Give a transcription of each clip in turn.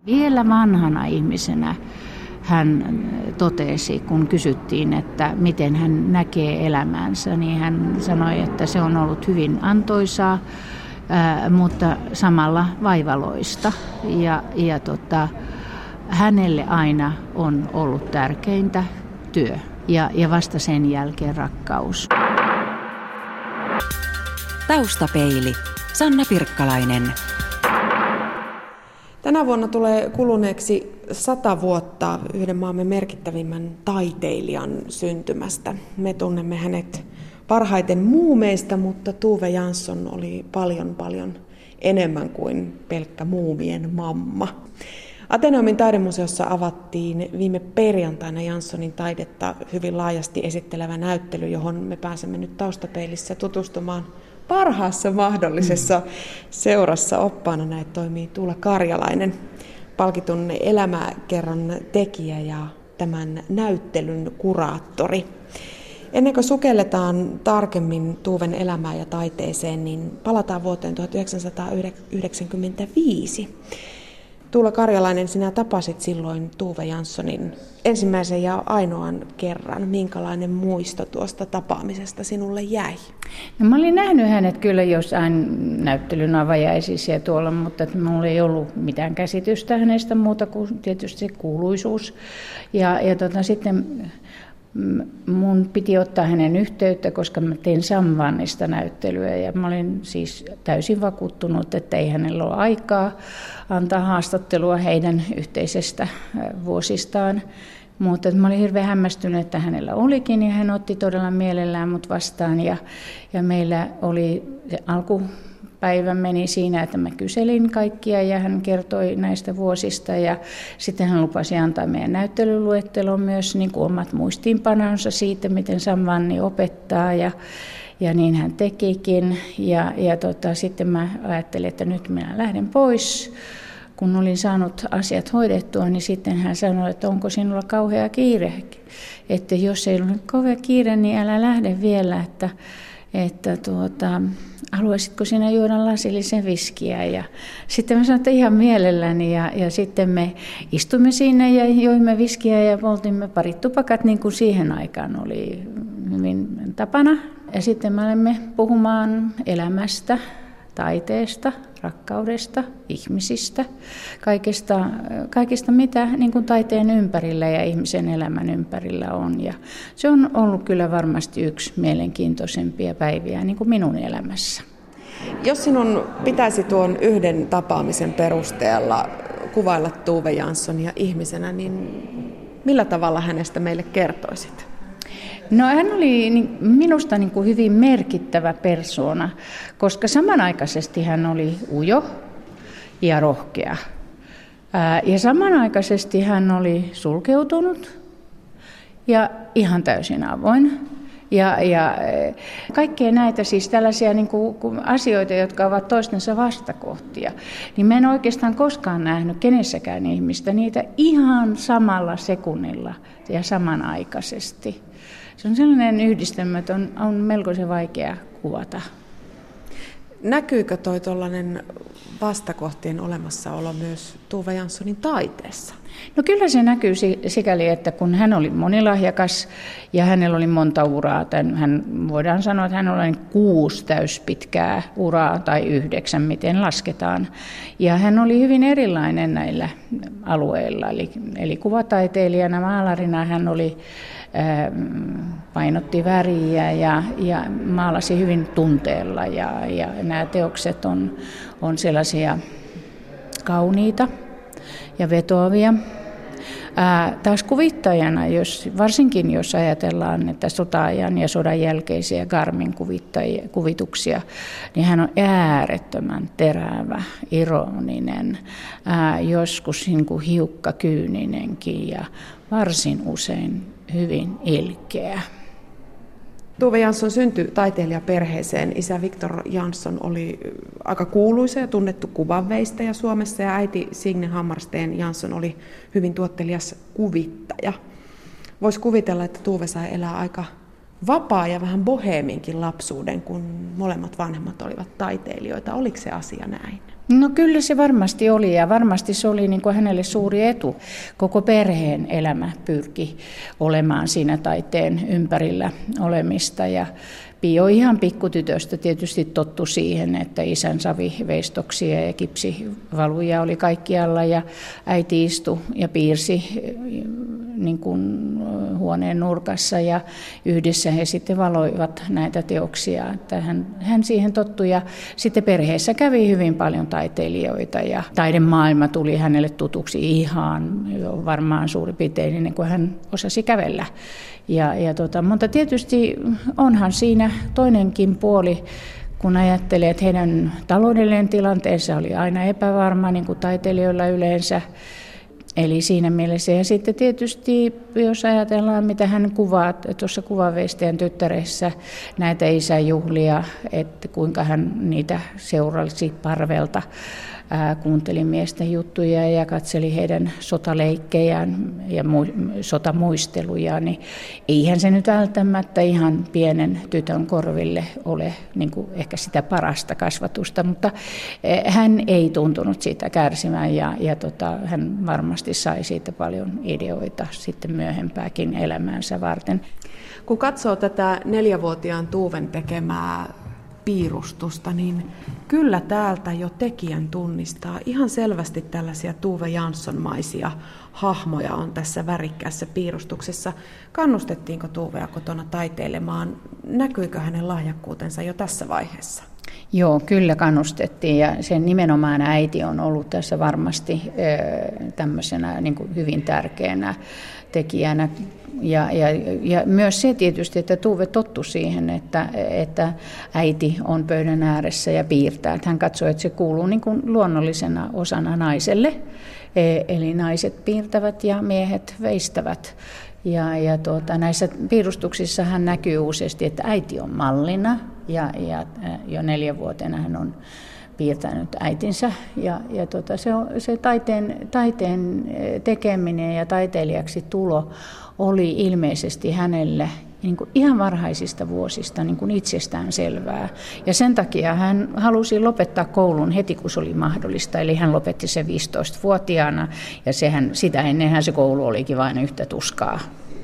Vielä vanhana ihmisenä hän totesi, kun kysyttiin, että miten hän näkee elämänsä, niin hän sanoi, että se on ollut hyvin antoisaa, mutta samalla vaivaloista. Hänelle aina on ollut tärkeintä työ ja vasta sen jälkeen rakkaus. Taustapeili. Sanna Pirkkalainen. Tänä vuonna tulee kuluneeksi 100 vuotta yhden maamme merkittävimmän taiteilijan syntymästä. Me tunnemme hänet parhaiten muumeista, mutta Tove Jansson oli paljon enemmän kuin pelkkä muumien mamma. Ateneumin taidemuseossa avattiin viime perjantaina Janssonin taidetta hyvin laajasti esittelevä näyttely, johon me pääsemme nyt taustapeilissä tutustumaan parhaassa mahdollisessa seurassa. Oppaana näitä toimii Tuula Karjalainen, palkitun elämäkerran tekijä ja tämän näyttelyn kuraattori. Ennen kuin sukelletaan tarkemmin Tuven elämään ja taiteeseen, niin palataan vuoteen 1995. Tuula Karjalainen, sinä tapasit silloin Tove Janssonin ensimmäisen ja ainoan kerran. Minkälainen muisto tuosta tapaamisesta sinulle jäi? No, mä olin nähnyt hänet kyllä jossain näyttelyn avajaisissa ja tuolla, mutta minulla ei ollut mitään käsitystä hänestä muuta kuin tietysti se kuuluisuus. Sitten mun piti ottaa hänen yhteyttä, koska mä tein Samvannista näyttelyä ja mä olin siis täysin vakuuttunut, että ei hänellä ole aikaa antaa haastattelua heidän yhteisestä vuosistaan. Mutta mä olin hirveän hämmästynyt, että hänellä olikin ja hän otti todella mielellään mut vastaan ja meillä oli se alkupäivä meni siinä, että mä kyselin kaikkia ja hän kertoi näistä vuosista ja sitten hän lupasi antaa meidän näyttelyluettelon myös niin kuin omat muistiinpanonsa siitä, miten Samvanni opettaa ja niin hän tekikin sitten mä ajattelin, että nyt minä lähden pois. Kun olin saanut asiat hoidettua, niin sitten hän sanoi, että onko sinulla kauhea kiire. Että jos ei ole kauhea kiire, niin älä lähde vielä, että haluaisitko sinä juoda lasillisen viskiä. Ja sitten mä sanoin, että ihan mielelläni ja sitten me istuimme siinä ja joimme viskiä ja poltimme parit tupakat, niin kuin siihen aikaan oli hyvin tapana. Ja sitten me olemme puhumaan elämästä, taiteesta, rakkaudesta, ihmisistä, kaikesta mitä niin kuin taiteen ympärillä ja ihmisen elämän ympärillä on. Ja se on ollut kyllä varmasti yksi mielenkiintoisempia päiviä niin kuin minun elämässä. Jos sinun pitäisi tuon yhden tapaamisen perusteella kuvailla Tove Janssonia ihmisenä, niin millä tavalla hänestä meille kertoisit? No hän oli minusta niin kuin hyvin merkittävä persoona, koska samanaikaisesti hän oli ujo ja rohkea. Ja samanaikaisesti hän oli sulkeutunut ja ihan täysin avoin. Ja kaikkea näitä siis tällaisia niin kuin asioita, jotka ovat toistensa vastakohtia, niin mä en oikeastaan koskaan nähnyt kenessäkään ihmistä niitä ihan samalla sekunnilla ja samanaikaisesti. Se on sellainen yhdistelmä, että on melkoisen vaikea kuvata. Näkyykö toi tuollainen vastakohtien olemassaolo myös Tove Janssonin taiteessa? No kyllä se näkyy sikäli, että kun hän oli monilahjakas ja hänellä oli monta uraa, voidaan sanoa, että hän oli 6 täyspitkää uraa tai 9, miten lasketaan. Ja hän oli hyvin erilainen näillä alueilla, eli kuvataiteilijana, maalarina hän oli painotti väriä ja maalasi hyvin tunteella ja nämä teokset on sellaisia kauniita ja vetoavia. Taas kuvittajana, varsinkin jos ajatellaan, että sota-ajan ja sodan jälkeisiä Garmin kuvituksia, niin hän on äärettömän terävä, ironinen, joskus niin kuin hiukka kyyninenkin ja varsin usein hyvin ilkeä. Tove Jansson syntyi taiteilijaperheeseen. Isä Viktor Jansson oli aika kuuluisa ja tunnettu kuvanveistäjä Suomessa ja äiti Signe Hammarsten Jansson oli hyvin tuottelias kuvittaja. Voisi kuvitella, että Tove sai elää aika vapaa ja vähän boheeminkin lapsuuden, kun molemmat vanhemmat olivat taiteilijoita. Oliko se asia näin? No kyllä se varmasti oli ja varmasti se oli niin kuin hänelle suuri etu. Koko perheen elämä pyrki olemaan siinä taiteen ympärillä olemista ja Pio ihan pikkutytöstä tietysti tottu siihen, että isän saviveistoksia ja kipsivaluja oli kaikkialla ja äiti istui ja piirsi niin kuin huoneen nurkassa ja yhdessä he sitten valoivat näitä teoksia. Että hän siihen tottui ja sitten perheessä kävi hyvin paljon taiteilijoita ja taidemaailma tuli hänelle tutuksi ihan jo varmaan suurin piirtein ennen kuin hän osasi kävellä. Mutta tietysti onhan siinä toinenkin puoli, kun ajattelee, että heidän taloudellinen tilanteensa oli aina epävarma, niin kuin taiteilijoilla yleensä. Eli siinä mielessä, ja sitten tietysti, jos ajatellaan, mitä hän kuvaa tuossa Kuvanveistäjän tyttäressä, näitä isäjuhlia, että kuinka hän niitä seurasi parvelta, kuunteli miesten juttuja ja katseli heidän sotaleikkejään ja sotamuistelujaan, niin eihän se nyt välttämättä ihan pienen tytön korville ole niin kuin ehkä sitä parasta kasvatusta, mutta hän ei tuntunut siitä kärsimään ja hän varmasti sai siitä paljon ideoita sitten myöhempääkin elämäänsä varten. Kun katsoo tätä 4-vuotiaan Tuven tekemää piirustusta, niin kyllä täältä jo tekijän tunnistaa. Ihan selvästi tällaisia Tove Jansson-maisia hahmoja on tässä värikkäässä piirustuksessa. Kannustettiinko Tuvea kotona taiteilemaan? Näkyykö hänen lahjakkuutensa jo tässä vaiheessa? Joo, kyllä kannustettiin ja sen nimenomaan äiti on ollut tässä varmasti tämmöisenä niin kuin hyvin tärkeänä tekijänä. Ja myös se tietysti, että Tuve tottui siihen, että äiti on pöydän ääressä ja piirtää. Että hän katsoi, että se kuuluu niin kuin luonnollisena osana naiselle. Eli naiset piirtävät ja miehet veistävät. Näissä piirustuksissa hän näkyy useasti, että äiti on mallina ja jo 4-vuotiaana hän on piirtänyt äitinsä. Se taiteen tekeminen ja taiteilijaksi tulo oli ilmeisesti hänelle niin kuin ihan varhaisista vuosista niin kuin itsestään selvää. Ja sen takia hän halusi lopettaa koulun heti, kun se oli mahdollista. Eli hän lopetti sen 15-vuotiaana ja sitä ennenhän se koulu olikin vain yhtä tuskaa.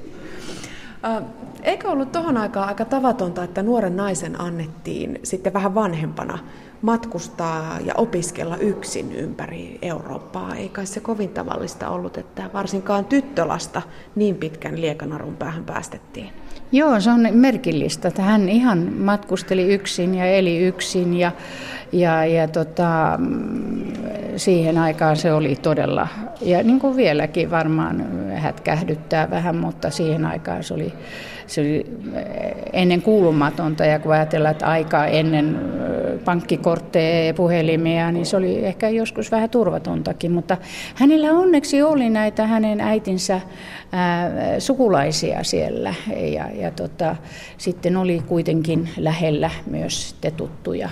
Eikö ollut tohon aikaan aika tavatonta, että nuoren naisen annettiin sitten vähän vanhempana matkustaa ja opiskella yksin ympäri Eurooppaa? Ei kai se kovin tavallista ollut, että varsinkaan tyttölasta niin pitkän liekanarun päähän päästettiin. Joo, se on merkillistä, että hän ihan matkusteli yksin ja eli yksin ja siihen aikaan se oli todella, ja niin kuin vieläkin varmaan hätkähdyttää vähän, mutta siihen aikaan se oli ennen kuulumatonta ja kun ajatellaan, että aikaa ennen pankkikortteja ja puhelimia, niin se oli ehkä joskus vähän turvatontakin, mutta hänellä onneksi oli näitä hänen äitinsä sukulaisia siellä ja sitten oli kuitenkin lähellä myös sitten tuttuja.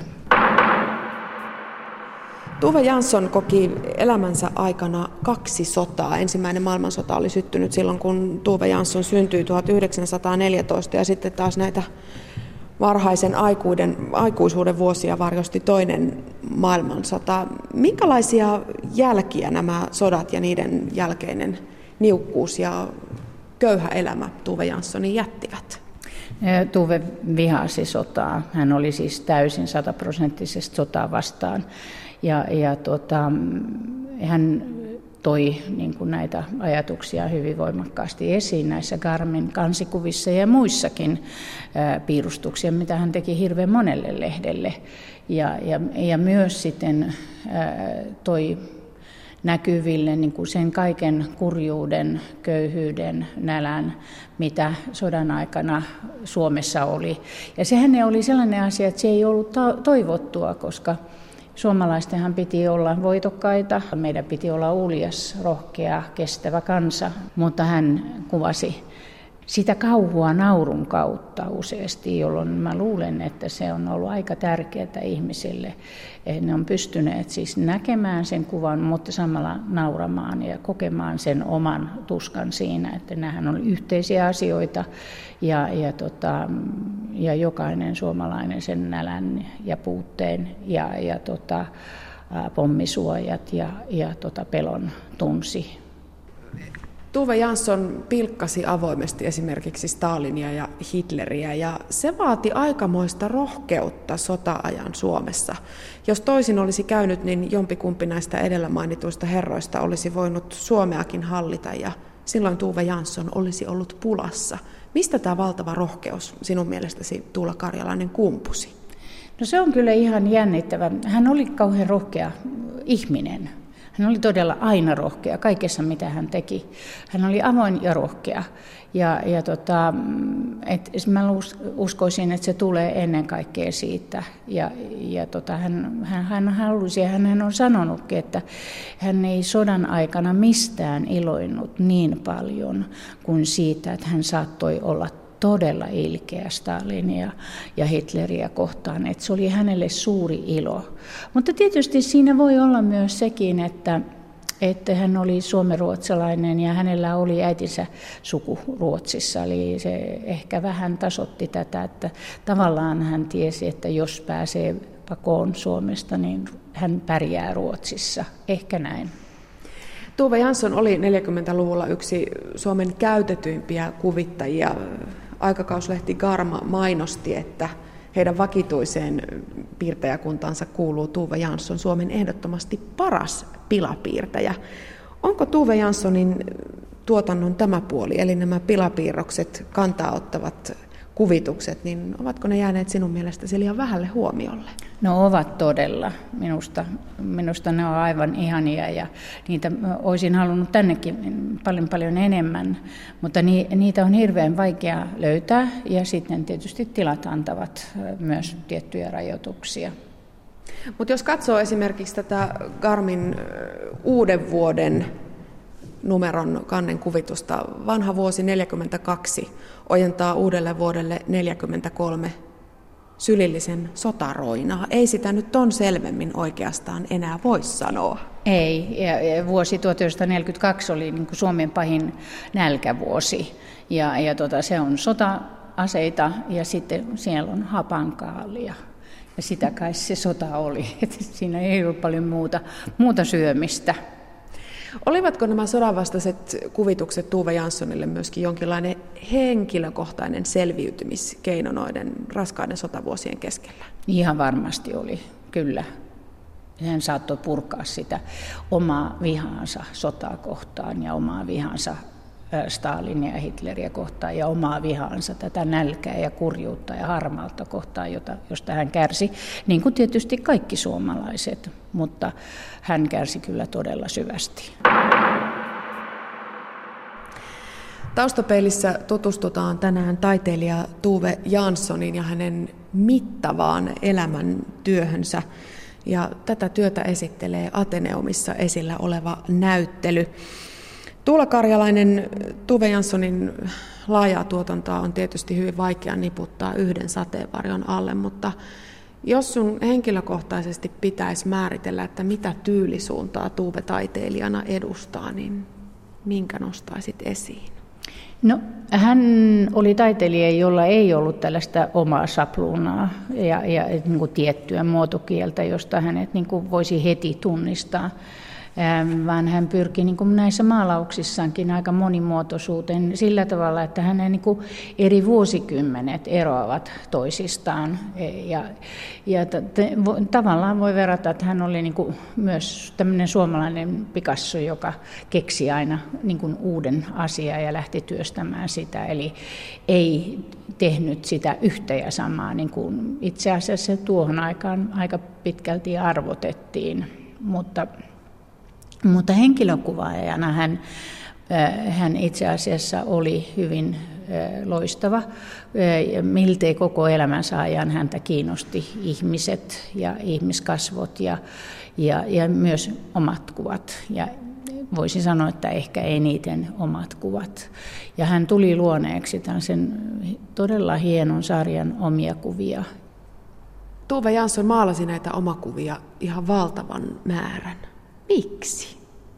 Tove Jansson koki elämänsä aikana 2 sotaa. Ensimmäinen maailmansota oli syttynyt silloin, kun Tove Jansson syntyi 1914 ja sitten taas näitä varhaisen aikuisuuden vuosia varjosti toinen maailmansota. Minkälaisia jälkiä nämä sodat ja niiden jälkeinen niukkuus ja köyhä elämä Tove Janssonin jättivät? Tove vihasi sotaa. Hän oli siis täysin 100% sotaa vastaan. Hän toi niin kuin näitä ajatuksia hyvin voimakkaasti esiin näissä Garmin kansikuvissa ja muissakin piirustuksia, mitä hän teki hirveän monelle lehdelle. Ja myös sitten toi näkyville niin kuin sen kaiken kurjuuden, köyhyyden, nälän, mitä sodan aikana Suomessa oli. Ja sehän oli sellainen asia, että se ei ollut toivottua, koska suomalaistenhan piti olla voitokkaita, meidän piti olla uljas, rohkea, kestävä kansa, mutta hän kuvasi sitä kauhua naurun kautta useasti, jolloin mä luulen, että se on ollut aika tärkeää ihmisille. Ne on pystyneet siis näkemään sen kuvan, mutta samalla nauramaan ja kokemaan sen oman tuskan siinä, että nämähän on yhteisiä asioita ja jokainen suomalainen sen nälän ja puutteen ja pommisuojat ja pelon tunsi. Tuve Jansson pilkkasi avoimesti esimerkiksi Stalinia ja Hitleriä, ja se vaati aikamoista rohkeutta sota-ajan Suomessa. Jos toisin olisi käynyt, niin jompikumpi näistä edellä mainituista herroista olisi voinut Suomeakin hallita, ja silloin Tuve Jansson olisi ollut pulassa. Mistä tämä valtava rohkeus sinun mielestäsi, Tuula Karjalainen, kumpusi? No se on kyllä ihan jännittävä. Hän oli kauhean rohkea ihminen. Hän oli todella aina rohkea kaikessa, mitä hän teki. Hän oli avoin ja rohkea. Mä uskoisin, että se tulee ennen kaikkea siitä. Hän halusi ja hän on sanonutkin, että hän ei sodan aikana mistään iloinnut niin paljon kuin siitä, että hän saattoi olla todella ilkeä Stalinia ja Hitleriä kohtaan, että se oli hänelle suuri ilo. Mutta tietysti siinä voi olla myös sekin, että hän oli suomenruotsalainen ja hänellä oli äitinsä suku Ruotsissa, eli se ehkä vähän tasoitti tätä, että tavallaan hän tiesi, että jos pääsee pakoon Suomesta, niin hän pärjää Ruotsissa, ehkä näin. Tuve Jansson oli 40-luvulla yksi Suomen käytetyimpiä kuvittajia. Aikakauslehti Garma mainosti, että heidän vakituiseen piirtäjäkuntaansa kuuluu Tuve Jansson, Suomen ehdottomasti paras pilapiirtäjä. Onko Tuve Janssonin tuotannon tämä puoli, eli nämä pilapiirrokset, kantaa ottavat kuvitukset, niin ovatko ne jääneet sinun mielestäsi liian vähälle huomiolle? No ovat todella. Minusta ne on aivan ihania ja niitä olisin halunnut tännekin paljon enemmän, mutta niitä on hirveän vaikea löytää ja sitten tietysti tilat antavat myös tiettyjä rajoituksia. Mutta jos katsoo esimerkiksi tätä Garmin uuden vuoden numeron kannen kuvitusta, vanha vuosi 42 ojentaa uudelle vuodelle 43 sylillisen sotaroinaa. Ei sitä nyt ton selvemmin oikeastaan enää voi sanoa. Ei, ja vuosi 1942 oli niin kuin Suomen pahin nälkävuosi, ja se on sota-aseita, ja sitten siellä on hapankaalia, ja sitä kai se sota oli, että siinä ei ollut paljon muuta syömistä. Olivatko nämä sodanvastaiset kuvitukset Tuve Janssonille myöskin jonkinlainen henkilökohtainen selviytymiskeino noiden raskaiden sotavuosien keskellä? Ihan varmasti oli, kyllä. Hän saattoi purkaa sitä omaa vihaansa sotaa kohtaan ja omaa vihaansa Stalinia ja Hitleriä kohtaan ja omaa vihaansa tätä nälkää ja kurjuutta ja harmautta kohtaan, josta hän kärsi, niin kuin tietysti kaikki suomalaiset, mutta hän kärsi kyllä todella syvästi. Taustapeilissä tutustutaan tänään taiteilija Tuve Janssoniin ja hänen mittavaan elämäntyöhönsä. Ja tätä työtä esittelee Ateneumissa esillä oleva näyttely. Tuula Karjalainen, Tuve Janssonin laajaa tuotantoa on tietysti hyvin vaikea niputtaa yhden sateenvarjon alle, mutta jos sun henkilökohtaisesti pitäisi määritellä, että mitä tyylisuuntaa Tuve taiteilijana edustaa, niin minkä nostaisit esiin? No, hän oli taiteilija, jolla ei ollut tällaista omaa sapluunaa ja niin kuin tiettyä muotokieltä, josta hänet niin kuin voisi heti tunnistaa. Vaan hän pyrki niin kuin näissä maalauksissaankin aika monimuotoisuuteen sillä tavalla, että hänen niin kuin eri vuosikymmenet eroavat toisistaan. Tavallaan voi verrata, että hän oli niin kuin myös tämmöinen suomalainen Picasso, joka keksi aina niin kuin uuden asian ja lähti työstämään sitä. Eli ei tehnyt sitä yhtä ja samaa, niin kuin itse asiassa tuohon aikaan aika pitkälti arvotettiin, mutta henkilökuvaajana hän itse asiassa oli hyvin loistava. Miltei koko elämänsä ajan häntä kiinnosti ihmiset ja ihmiskasvot ja myös omat kuvat. Ja voisi sanoa, että ehkä eniten omat kuvat. Ja hän tuli luoneeksi tällaisen todella hienon sarjan omia kuvia. Tuve Jansson maalasi näitä omakuvia ihan valtavan määrän. Miksi?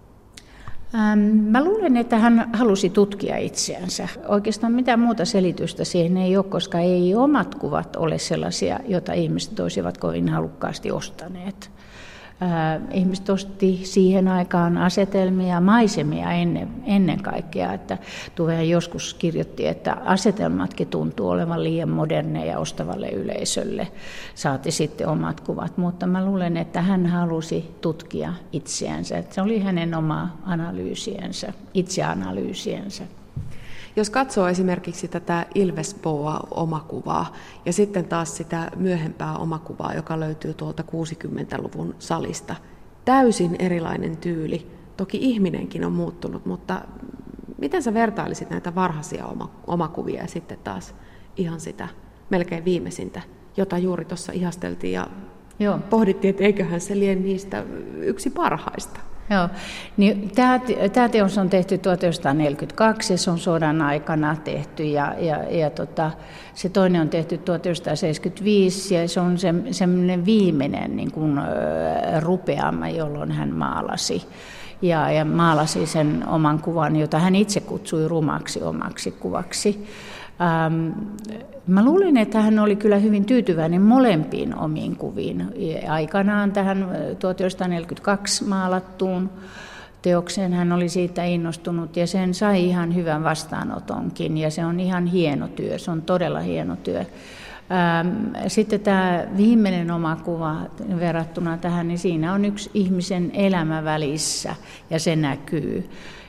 Mä luulen, että hän halusi tutkia itseänsä. Oikeastaan mitään muuta selitystä siihen ei ole, koska ei omat kuvat ole sellaisia, joita ihmiset olisivat kovin halukkaasti ostaneet. Ihmiset osti siihen aikaan asetelmia, maisemia ennen kaikkea. Että Tuve joskus kirjoitti, että asetelmatkin tuntuu olevan liian moderneja ostavalle yleisölle. Saati sitten omat kuvat, mutta mä luulen, että hän halusi tutkia itseänsä. Että se oli hänen oma analyysiensä, itseanalyysiensä. Jos katsoo esimerkiksi tätä Ilvesboa-omakuvaa ja sitten taas sitä myöhempää omakuvaa, joka löytyy tuolta 60-luvun salista, täysin erilainen tyyli. Toki ihminenkin on muuttunut, mutta miten sä vertailisit näitä varhaisia omakuvia ja sitten taas ihan sitä melkein viimeisintä, jota juuri tuossa ihasteltiin ja pohdittiin, että eiköhän se lie niistä yksi parhaista? Joo, niin tämä teos on tehty 1942 ja se on sodan aikana tehty ja se toinen on tehty 1975 ja se on semmoinen viimeinen niin kuin, rupeama, jolloin hän maalasi. Ja maalasi sen oman kuvan, jota hän itse kutsui rumaksi omaksi kuvaksi. Mä luulin, että hän oli kyllä hyvin tyytyväinen molempiin omiin kuviin. Aikanaan tähän 1942 maalattuun teokseen hän oli siitä innostunut ja sen sai ihan hyvän vastaanotonkin ja se on ihan hieno työ, se on todella hieno työ. Sitten tämä viimeinen oma kuva verrattuna tähän, niin siinä on yksi ihmisen elämä välissä ja se näkyy.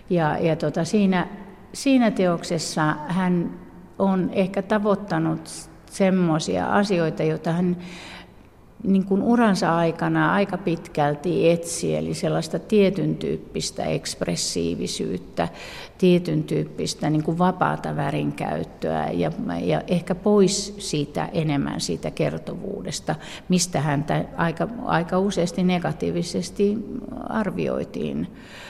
Siinä teoksessa hän on ehkä tavoittanut semmoisia asioita, joita hän niin kuin uransa aikana aika pitkälti etsi, eli sellaista tietyn tyyppistä ekspressiivisyyttä, tietyn tyyppistä niin kuin vapaata värinkäyttöä ja ehkä pois siitä enemmän siitä kertovuudesta, mistä häntä aika useasti negatiivisesti arvioitiin.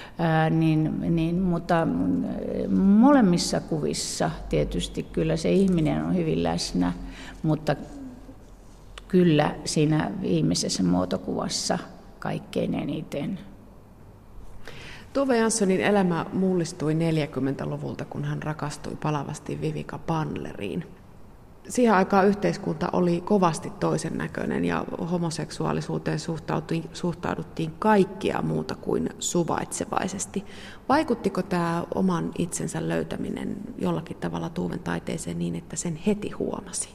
Mutta molemmissa kuvissa tietysti kyllä se ihminen on hyvin läsnä, mutta kyllä siinä viimeisessä muotokuvassa kaikkein eniten. Tuve Janssonin elämä mullistui 40-luvulta, kun hän rakastui palavasti Vivica Bandleriin. Siihen aikaan yhteiskunta oli kovasti toisen näköinen ja homoseksuaalisuuteen suhtauduttiin kaikkea muuta kuin suvaitsevaisesti. Vaikuttiko tämä oman itsensä löytäminen jollakin tavalla Tuven taiteeseen niin, että sen heti huomasi?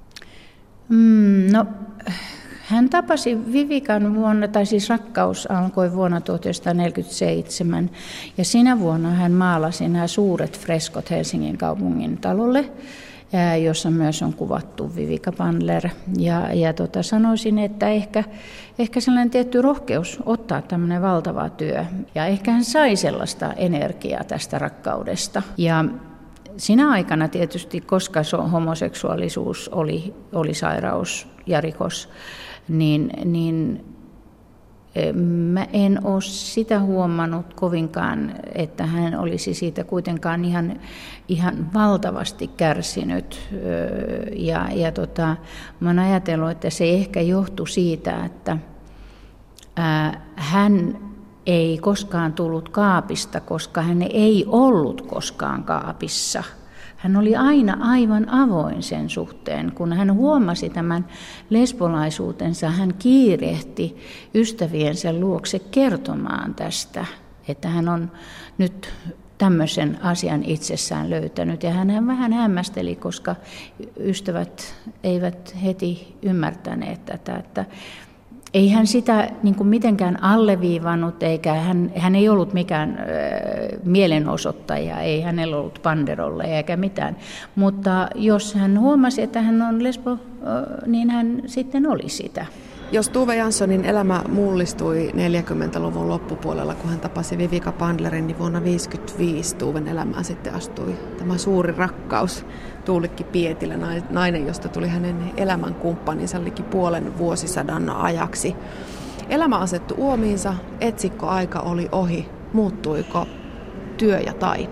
Hän tapasi Vivican rakkaus alkoi vuonna 1947 ja sinä vuonna hän maalasi nämä suuret freskot Helsingin kaupungin talolle, jossa myös on kuvattu Vivica Bandler. Sanoisin, että ehkä sellainen tietty rohkeus ottaa tämmöinen valtava työ. Ja ehkä hän sai sellaista energiaa tästä rakkaudesta. Ja sinä aikana tietysti, koska homoseksuaalisuus oli sairaus ja rikos, niin mä en ole sitä huomannut kovinkaan, että hän olisi siitä kuitenkaan ihan valtavasti kärsinyt. Mä oon ajatellut, että se ehkä johtui siitä, että hän ei koskaan tullut kaapista, koska hän ei ollut koskaan kaapissa. Hän oli aina aivan avoin sen suhteen. Kun hän huomasi tämän lesbolaisuutensa, hän kiirehti ystäviensä luokse kertomaan tästä, että hän on nyt tämmöisen asian itsessään löytänyt. Ja hän vähän hämmästeli, koska ystävät eivät heti ymmärtäneet tätä, että ei hän sitä niin kuin mitenkään alleviivannut, eikä hän ei ollut mikään mielenosoittaja, ei hänellä ollut banderolleja eikä mitään. Mutta jos hän huomasi, että hän on lesbo, niin hän sitten oli sitä. Jos Tuve Janssonin elämä mullistui 40-luvun loppupuolella, kun hän tapasi Vivica Bandlerin, niin vuonna 1955 Tuven elämään sitten astui tämä suuri rakkaus, Tuulikki Pietilä, nainen, josta tuli hänen elämänkumppaninsa liki puolen vuosisadan ajaksi. Elämä asettui uomiinsa, etsikkoaika oli ohi. Muuttuiko työ ja taide?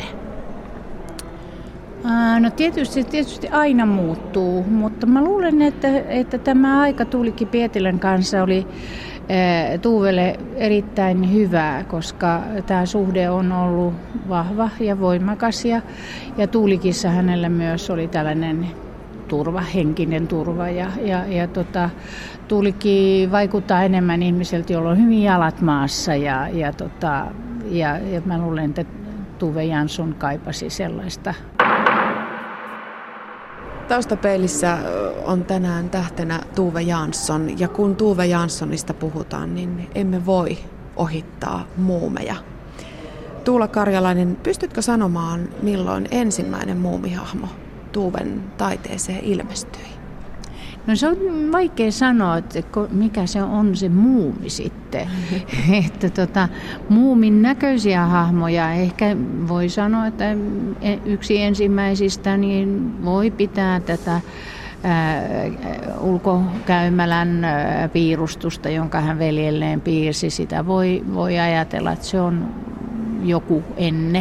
No tietysti aina muuttuu, mutta mä luulen, että tämä aika Tuulikki Pietilän kanssa oli Tuuvelle erittäin hyvää, koska tämä suhde on ollut vahva ja voimakas ja Tuulikissa hänellä myös oli tällainen turva, henkinen turva ja Tuulikki vaikuttaa enemmän ihmiseltä, jolla on hyvin jalat maassa ja mä luulen, että Tove Jansson kaipasi sellaista. Taustapeilissä on tänään tähtenä Tove Jansson, ja kun Tove Janssonista puhutaan, niin emme voi ohittaa muumeja. Tuula Karjalainen, pystytkö sanomaan, milloin ensimmäinen muumihahmo Tuven taiteeseen ilmestyi? No se on vaikea sanoa, että mikä se on se muumi sitten. Että muumin näköisiä hahmoja ehkä voi sanoa, että yksi ensimmäisistä niin voi pitää tätä ulkokäymälän piirustusta, jonka hän veljelleen piirsi. Sitä voi ajatella, että se on joku ennen.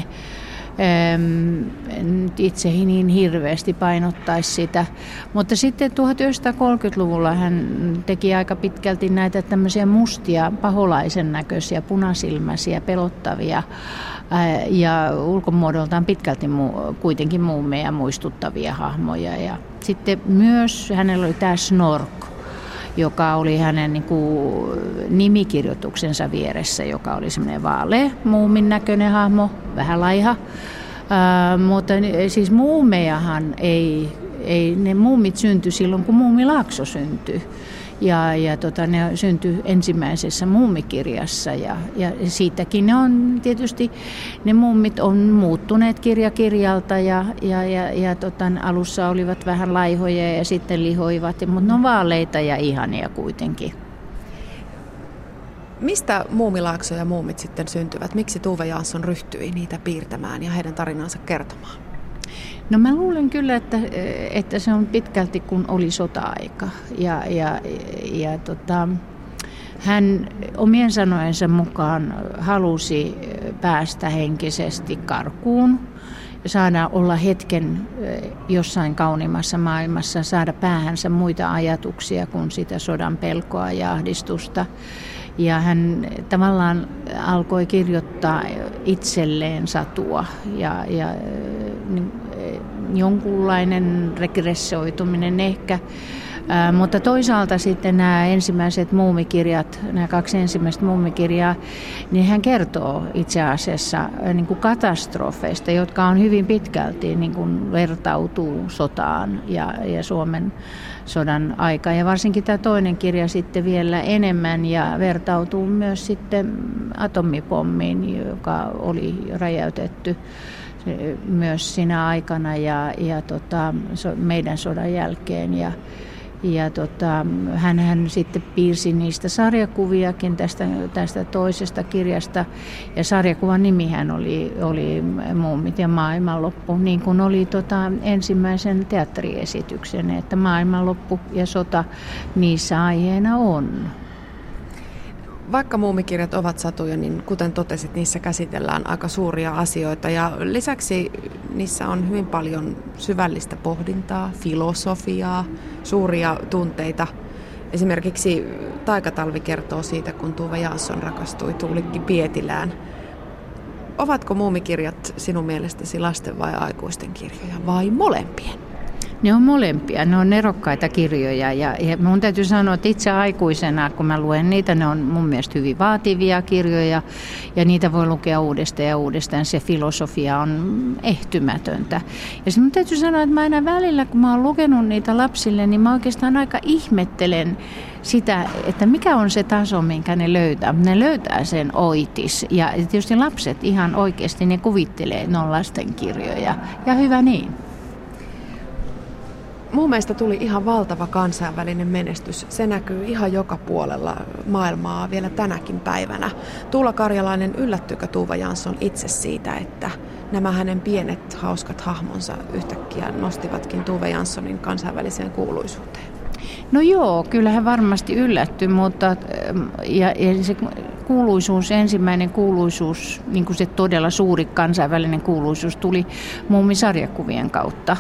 Itse niin hirveästi painottaisi sitä. Mutta sitten 1930-luvulla hän teki aika pitkälti näitä tämmöisiä mustia, paholaisen näköisiä, punasilmäisiä, pelottavia ja ulkomuodoltaan pitkälti kuitenkin muumeja muistuttavia hahmoja. Ja sitten myös hänellä oli tämä Snork, joka oli hänen nimikirjoituksensa vieressä, joka oli semmoinen vaalea, muumin näköinen hahmo, vähän laiha. Mutta siis muumejahan ei ne muumit syntyi silloin, kun Muumilaakso syntyi. Ne syntyi ensimmäisessä muumikirjassa ja siitäkin ne on tietysti, ne muumit on muuttuneet kirja kirjalta ja alussa olivat vähän laihoja ja sitten lihoivat, mutta ne on vaaleita ja ihania kuitenkin. Mistä Muumilaakso ja muumit sitten syntyvät? Miksi Tove Jansson ryhtyi niitä piirtämään ja heidän tarinansa kertomaan? No mä luulen kyllä, että se on pitkälti kun oli sota-aika hän omien sanojensa mukaan halusi päästä henkisesti karkuun ja saada olla hetken jossain kauniimmassa maailmassa, saada päähänsä muita ajatuksia kuin sitä sodan pelkoa ja ahdistusta. Ja hän tavallaan alkoi kirjoittaa itselleen satua ja jonkunlainen regressoituminen ehkä. Mutta toisaalta sitten nämä ensimmäiset muumikirjat, nämä 2 ensimmäistä muumikirjaa, niin hän kertoo itse asiassa niin kuin katastrofeista, jotka on hyvin pitkälti niin kuin vertautuu sotaan ja Suomen sodan aikaan. Ja varsinkin tämä toinen kirja sitten vielä enemmän ja vertautuu myös sitten atomipommiin, joka oli räjäytetty myös siinä aikana ja meidän sodan jälkeen. Hän sitten piirsi niistä sarjakuviakin tästä toisesta kirjasta. Ja sarjakuvan nimihän oli Muumit ja maailmanloppu, niin kuin oli ensimmäisen teatteriesityksen, että maailmanloppu ja sota niissä aiheena on. Vaikka muumikirjat ovat satuja, niin kuten totesit, niissä käsitellään aika suuria asioita ja lisäksi niissä on hyvin paljon syvällistä pohdintaa, filosofiaa, suuria tunteita. Esimerkiksi Taikatalvi kertoo siitä, kun Tove Jansson rakastui Tuulikki Pietilään. Ovatko muumikirjat sinun mielestäsi lasten vai aikuisten kirjoja vai molempien? Ne on molempia, ne on nerokkaita kirjoja ja mun täytyy sanoa, että itse aikuisena, kun mä luen niitä, ne on mun mielestä hyvin vaativia kirjoja ja niitä voi lukea uudestaan ja uudestaan. Se filosofia on ehtymätöntä. Ja sitten mun täytyy sanoa, että mä aina välillä, kun mä oon lukenut niitä lapsille, niin mä oikeastaan aika ihmettelen sitä, että mikä on se taso, minkä ne löytää. Ne löytää sen oitis ja tietysti lapset ihan oikeasti ne kuvittelee, että ne on lastenkirjoja ja hyvä niin. Muumeista tuli ihan valtava kansainvälinen menestys. Se näkyy ihan joka puolella maailmaa vielä tänäkin päivänä. Tuula Karjalainen, yllättyykö Tove Jansson itse siitä, että nämä hänen pienet hauskat hahmonsa yhtäkkiä nostivatkin Tove Janssonin kansainväliseen kuuluisuuteen? No joo, kyllähän varmasti yllättyi, mutta ja se kuuluisuus, ensimmäinen kuuluisuus, niin kuin se todella suuri kansainvälinen kuuluisuus tuli Muumisarjakuvien kautta.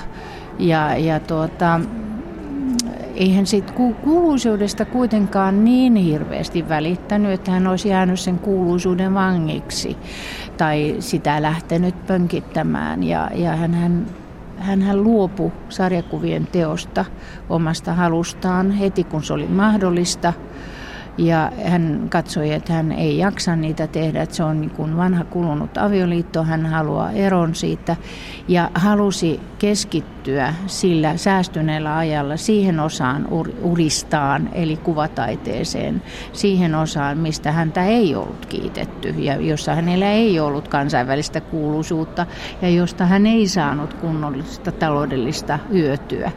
Eihän siitä kuuluisuudesta kuitenkaan niin hirveästi välittänyt, että hän olisi jäänyt sen kuuluisuuden vangiksi tai sitä lähtenyt pönkittämään. Ja hän Hänhän luopui sarjakuvien teosta omasta halustaan heti, kun se oli mahdollista. Ja hän katsoi, että hän ei jaksa niitä tehdä, että se on niin kuin vanha kulunut avioliitto, hän haluaa eron siitä ja halusi keskittyä sillä säästyneellä ajalla siihen osaan uristaan, eli kuvataiteeseen, siihen osaan, mistä häntä ei ollut kiitetty ja jossa hänellä ei ollut kansainvälistä kuuluisuutta ja josta hän ei saanut kunnollista taloudellista hyötyä.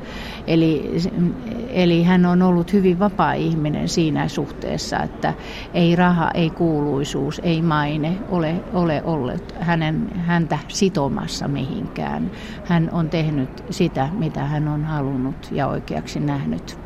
Eli hän on ollut hyvin vapaa ihminen siinä suhteessa, että ei raha, ei kuuluisuus, ei maine ole ollut häntä sitomassa mihinkään. Hän on tehnyt sitä, mitä hän on halunnut ja oikeaksi nähnyt.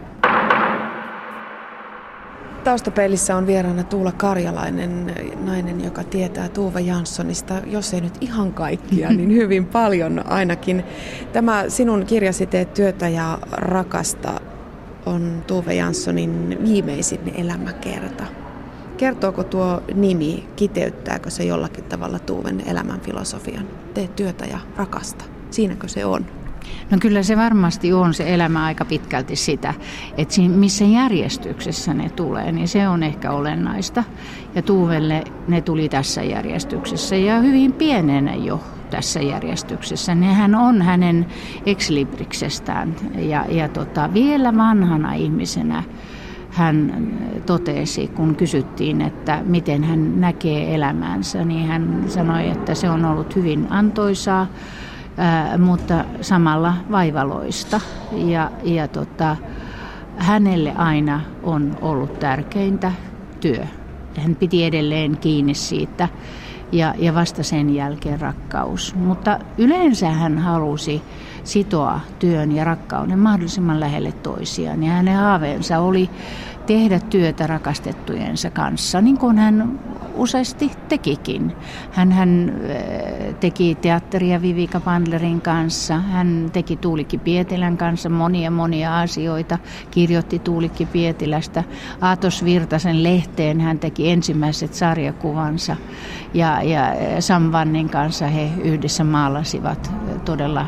Taustapeilissä on vieraana Tuula Karjalainen, nainen, joka tietää Tove Janssonista, jos ei nyt ihan kaikkia, niin hyvin paljon ainakin. Tämä sinun kirjasi Teet työtä ja rakasta on Tove Janssonin viimeisin elämäkerta. Kertooko tuo nimi, kiteyttääkö se jollakin tavalla Tuven elämän filosofian? Teet työtä ja rakasta. Siinäkö se on? No kyllä se varmasti on se elämä aika pitkälti sitä, että missä järjestyksessä ne tulee, niin se on ehkä olennaista. Ja Tuuvelle ne tuli tässä järjestyksessä ja hyvin pienenä jo tässä järjestyksessä. Nehän on hänen ex-libriksestään ja vielä vanhana ihmisenä hän totesi, kun kysyttiin, että miten hän näkee elämänsä, niin hän sanoi, että se on ollut hyvin antoisaa, mutta samalla vaivaloista. Ja hänelle aina on ollut tärkeintä työ. Hän piti edelleen kiinni siitä ja vasta sen jälkeen rakkaus. Mutta yleensä hän halusi sitoa työn ja rakkauden mahdollisimman lähelle toisiaan. Ja hänen haaveensa oli tehdä työtä rakastettujensa kanssa, niin kuin hän useasti tekikin. Hän teki teatteria Vivica Pandlerin kanssa, hän teki Tuulikki Pietilän kanssa monia asioita, kirjoitti Tuulikki Pietilästä. Aatos Virtasen lehteen hän teki ensimmäiset sarjakuvansa ja Sam Vannin kanssa he yhdessä maalasivat todella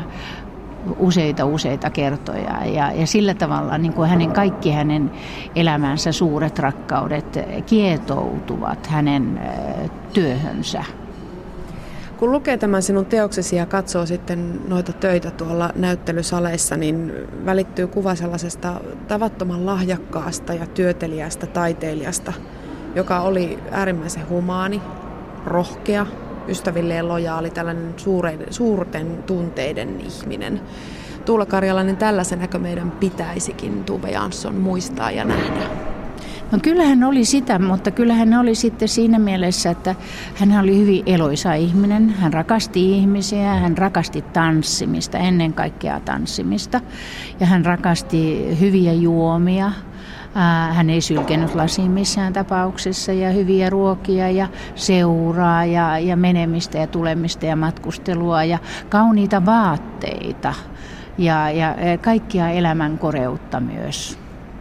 useita kertoja ja sillä tavalla niin kuin kaikki hänen elämänsä suuret rakkaudet kietoutuvat hänen työhönsä. Kun lukee tämän sinun teoksesi ja katsoo sitten noita töitä tuolla näyttelysaleissa, niin välittyy kuva sellaisesta tavattoman lahjakkaasta ja työteliästä taiteilijasta, joka oli äärimmäisen humaani, rohkea, ystävilleen lojaali, tällainen suurten tunteiden ihminen. Tuula Karjalainen, tällaisenäkö meidän pitäisikin Tove Jansson muistaa ja nähdä? No kyllähän oli sitä, mutta kyllähän oli sitten siinä mielessä, että hän oli hyvin eloisa ihminen. Hän rakasti ihmisiä, hän rakasti tanssimista, ennen kaikkea tanssimista. Ja hän rakasti hyviä juomia. Hän ei sylkenyt lasiin missään tapauksessa ja hyviä ruokia ja seuraa ja menemistä ja tulemista ja matkustelua ja kauniita vaatteita ja kaikkia elämän koreutta myös.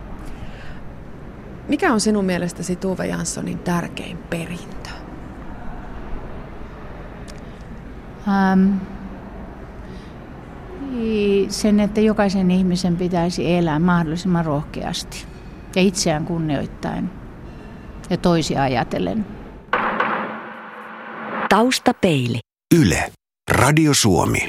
Mikä on sinun mielestäsi Tove Janssonin tärkein perintö? Sen, että jokaisen ihmisen pitäisi elää mahdollisimman rohkeasti ja itseään kunnioittaen ja toisia ajatellen. Taustapeili. Yle. Radio Suomi.